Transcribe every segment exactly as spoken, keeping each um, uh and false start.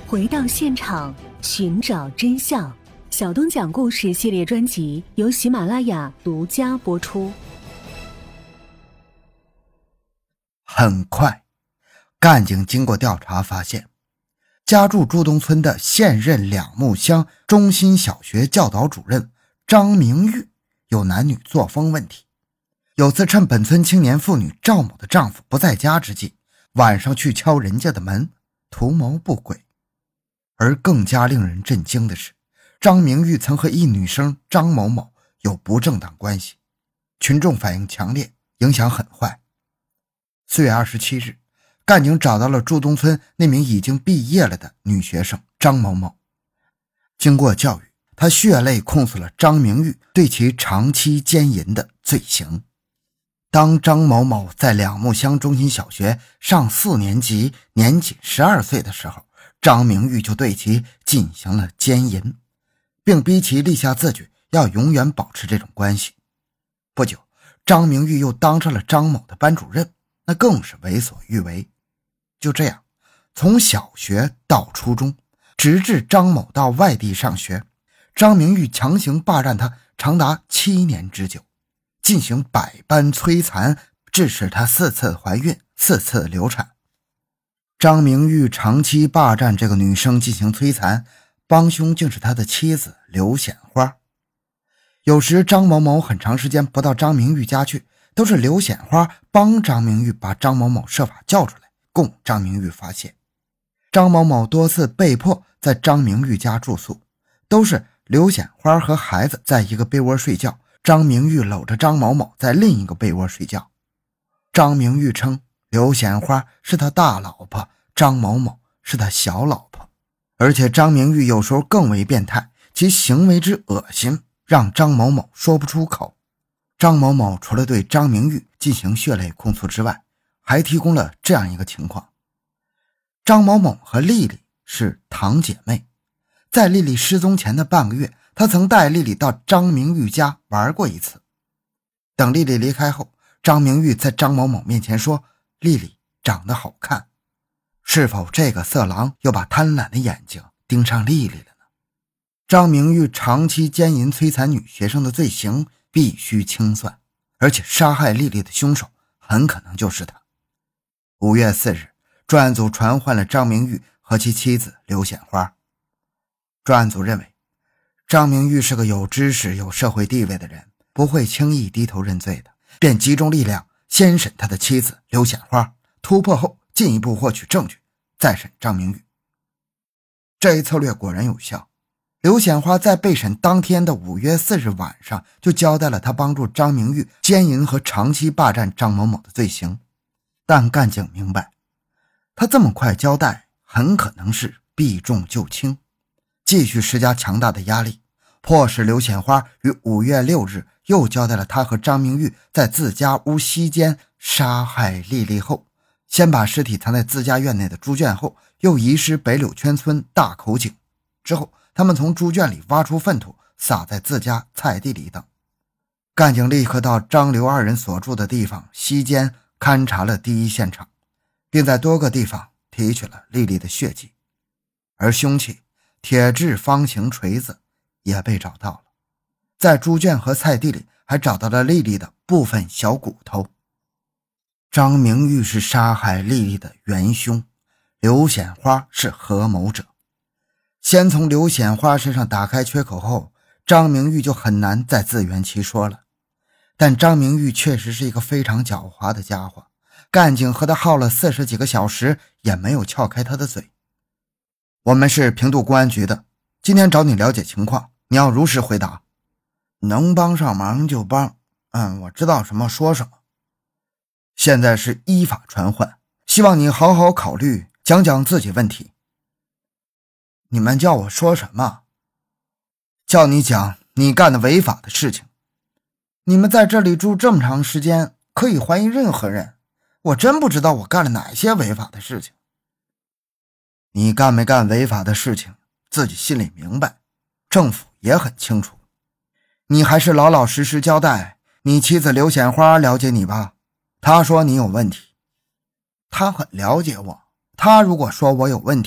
回到现场，寻找真相。小东讲故事系列专辑由喜马拉雅独家播出。 很快，干警经过调查发现，家住朱东村的现任两木乡中心小学教导主任张明玉有男女作风问题。有次趁本村青年妇女赵某的丈夫不在家之际，晚上去敲人家的门，图谋不轨。而更加令人震惊的是，张明玉曾和一女生张某某有不正当关系，群众反应强烈，影响很坏。四月二十七日，干警找到了朱东村那名已经毕业了的女学生张某某。经过教育，他血泪控诉了张明玉对其长期奸淫的罪行。当张某某在两木乡中心小学上四年级，年仅十二岁的时候，张明玉就对其进行了奸淫，并逼其立下字据，要永远保持这种关系。不久，张明玉又当上了张某的班主任，那更是为所欲为。就这样，从小学到初中，直至张某到外地上学，张明玉强行霸占他长达七年之久，进行百般摧残，致使他四次怀孕，四次流产。张明玉长期霸占这个女生进行摧残，帮凶竟是他的妻子刘显花。有时张某某很长时间不到张明玉家去，都是刘显花帮张明玉把张某某设法叫出来，供张明玉发现。张某某多次被迫在张明玉家住宿，都是刘显花和孩子在一个被窝睡觉，张明玉搂着张某某在另一个被窝睡觉。张明玉称刘显花是他大老婆，张某某是他小老婆。而且张明玉有时候更为变态，其行为之恶心让张某某说不出口。张某某除了对张明玉进行血泪控诉之外，还提供了这样一个情况。张某某和丽丽是堂姐妹，在丽丽失踪前的半个月，他曾带丽丽到张明玉家玩过一次。等丽丽离开后，张明玉在张某某面前说丽丽长得好看。是否这个色狼又把贪婪的眼睛盯上丽丽了呢？张明玉长期奸淫摧残女学生的罪行必须清算，而且杀害丽丽的凶手很可能就是他。五月四日，专案组传唤了张明玉和其妻子刘显花。专案组认为，张明玉是个有知识有社会地位的人，不会轻易低头认罪的，便集中力量先审他的妻子刘显花，突破后进一步获取证据，再审张明玉。这一策略果然有效。刘显花在被审当天的五月四日晚上就交代了他帮助张明玉奸淫和长期霸占张某某的罪行。但干警明白，他这么快交代很可能是避重就轻，继续施加强大的压力，迫使刘显花于五月六日又交代了他和张明玉在自家屋西间杀害丽丽后，先把尸体藏在自家院内的猪圈后，又遗失北柳圈村大口井，之后他们从猪圈里挖出粪土撒在自家菜地里等。干警立刻到张刘二人所住的地方西间勘察了第一现场，并在多个地方提取了丽丽的血迹，而凶器铁质方形锤子也被找到了。在猪圈和菜地里还找到了丽丽的部分小骨头。张明玉是杀害丽丽的元凶，刘显花是合谋者。先从刘显花身上打开缺口后，张明玉就很难再自圆其说了。但张明玉确实是一个非常狡猾的家伙，干警和他耗了四十几个小时也没有撬开他的嘴。我们是平度公安局的，今天找你了解情况，你要如实回答。能帮上忙就帮，嗯，我知道什么说什么。现在是依法传唤，希望你好好考虑，讲讲自己问题。你们叫我说什么？叫你讲你干的违法的事情。你们在这里住这么长时间，可以怀疑任何人，我真不知道我干了哪些违法的事情。你干没干违法的事情，自己心里明白，政府也很清楚。你还是老老实实交代，你妻子刘显花了解你吧？她说你有问题。她很了解我，她如果说我有问题，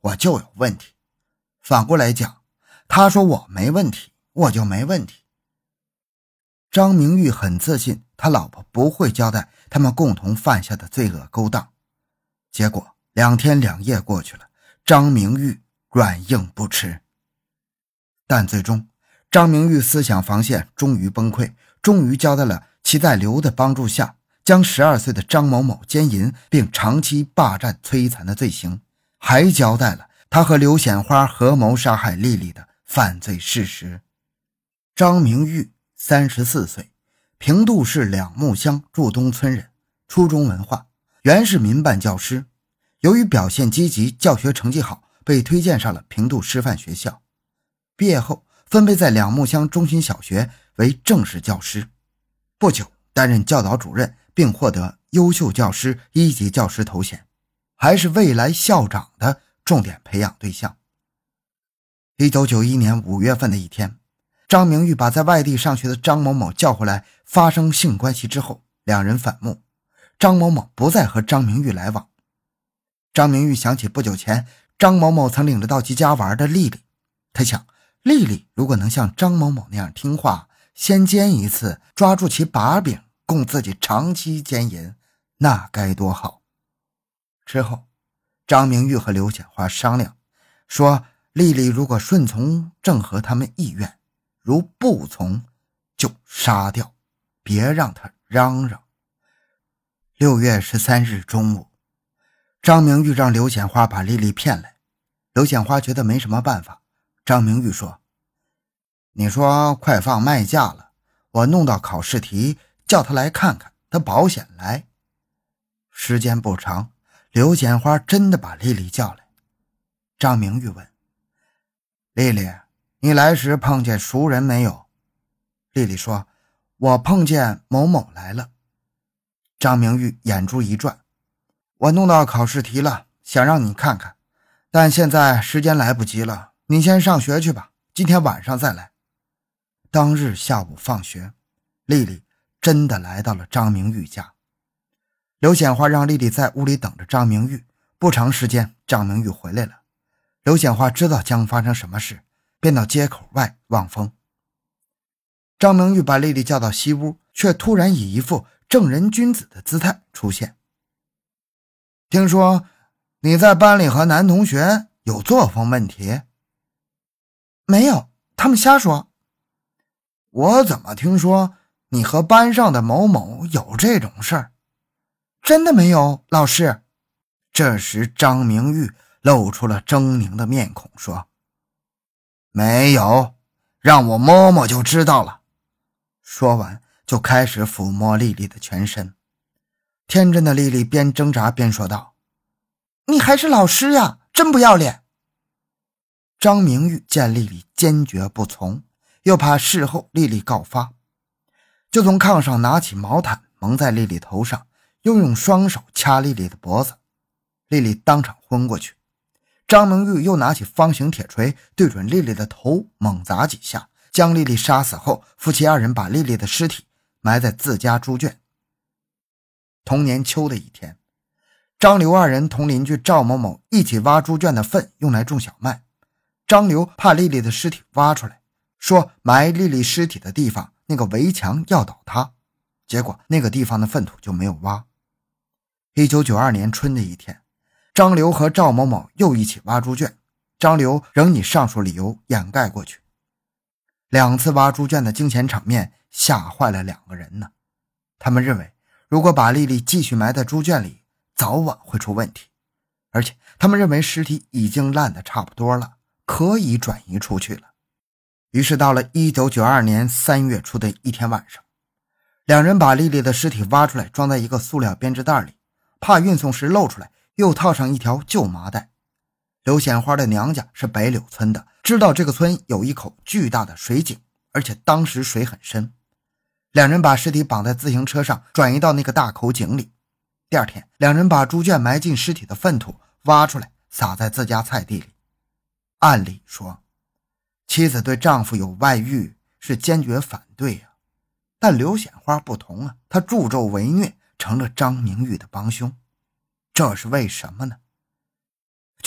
我就有问题。反过来讲，他说我没问题，我就没问题。张明玉很自信他老婆不会交代他们共同犯下的罪恶勾当。结果两天两夜过去了，张明玉软硬不吃。但最终张明玉思想防线终于崩溃，终于交代了其在刘的帮助下将十二岁的张某某奸淫并长期霸占摧残的罪行，还交代了他和刘显花合谋杀害丽丽的犯罪事实。张明玉三十四岁，平度市两木乡祝东村人，初中文化，原是民办教师，由于表现积极，教学成绩好，被推荐上了平度师范学校。毕业后分配在两木乡中心小学为正式教师，不久担任教导主任，并获得优秀教师一级教师头衔，还是未来校长的重点培养对象。一九九一年五月份的一天，张明玉把在外地上学的张某某叫回来发生性关系之后，两人反目，张某某不再和张明玉来往。张明玉想起不久前张某某曾领着到其家玩的丽丽，他想丽丽如果能像张某某那样听话，先奸一次，抓住其把柄，供自己长期奸淫，那该多好。之后张明玉和刘显花商量，说丽丽如果顺从正合他们意愿，如不从就杀掉，别让她嚷嚷。六月十三日中午，张明玉让刘显花把丽丽骗来。刘显花觉得没什么办法，张明玉说，你说快放卖假了，我弄到考试题，叫他来看看，他保险来。时间不长，刘显花真的把丽丽叫来。张明玉问，丽丽，你来时碰见熟人没有？丽丽说，我碰见某某来了。张明玉眼珠一转，我弄到考试题了，想让你看看，但现在时间来不及了，你先上学去吧，今天晚上再来。当日下午放学，丽丽真的来到了张明玉家。刘显花让丽丽在屋里等着张明玉，不长时间张明玉回来了。刘显花知道将发生什么事，便到街口外望风。张明玉把丽丽叫到西屋，却突然以一副正人君子的姿态出现。听说你在班里和男同学有作风问题？没有，他们瞎说。我怎么听说你和班上的某某有这种事儿？真的没有，老师。这时张明玉露出了狰狞的面孔，说，没有，让我摸摸就知道了。说完就开始抚摸丽丽的全身。天真的丽丽边挣扎边说道，你还是老师呀，真不要脸。张明玉见丽丽坚决不从，又怕事后丽丽告发，就从炕上拿起毛毯蒙在丽丽头上，又用双手掐丽丽的脖子，丽丽当场昏过去。张明玉又拿起方形铁锤对准丽丽的头猛砸几下，将丽丽杀死后，夫妻二人把丽丽的尸体埋在自家猪圈。同年秋的一天，张刘二人同邻居赵某某一起挖猪圈的粪用来种小麦。张刘怕丽丽的尸体挖出来，说埋丽丽尸体的地方那个围墙要倒塌，结果那个地方的粪土就没有挖。一九九二年春的一天，张刘和赵某某又一起挖猪圈，张刘仍以上述理由掩盖过去。两次挖猪圈的惊险场面吓坏了两个人呢。他们认为如果把丽丽继续埋在猪圈里，早晚会出问题，而且他们认为尸体已经烂得差不多了，可以转移出去了。于是到了一九九二年三月初的一天晚上，两人把丽丽的尸体挖出来，装在一个塑料编织袋里，怕运送时露出来，又套上一条旧麻袋。刘显花的娘家是北柳村的，知道这个村有一口巨大的水井，而且当时水很深。两人把尸体绑在自行车上，转移到那个大口井里。第二天，两人把猪圈埋进尸体的粪土挖出来，撒在自家菜地里。按理说，妻子对丈夫有外遇是坚决反对啊，但刘显花不同啊，她助纣为虐，成了张明玉的帮凶。这是为什么呢？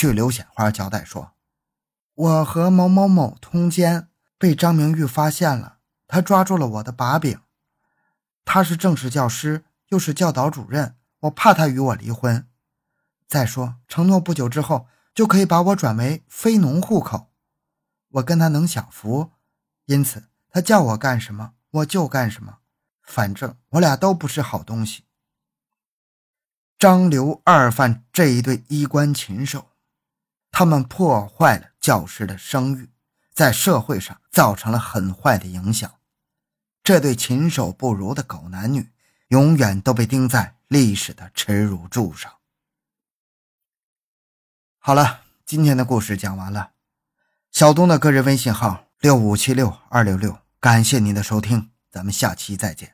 去刘显花交代说，我和某某某通奸，被张明玉发现了，他抓住了我的把柄。他是正式教师，又是教导主任，我怕他与我离婚。再说，承诺不久之后就可以把我转为非农户口，我跟他能享福，因此他叫我干什么我就干什么，反正我俩都不是好东西。张刘二犯这一对衣冠禽兽，他们破坏了教师的声誉，在社会上造成了很坏的影响。这对禽兽不如的狗男女，永远都被钉在历史的耻辱柱上。好了，今天的故事讲完了。小东的个人微信号六五七六二六六，感谢您的收听，咱们下期再见。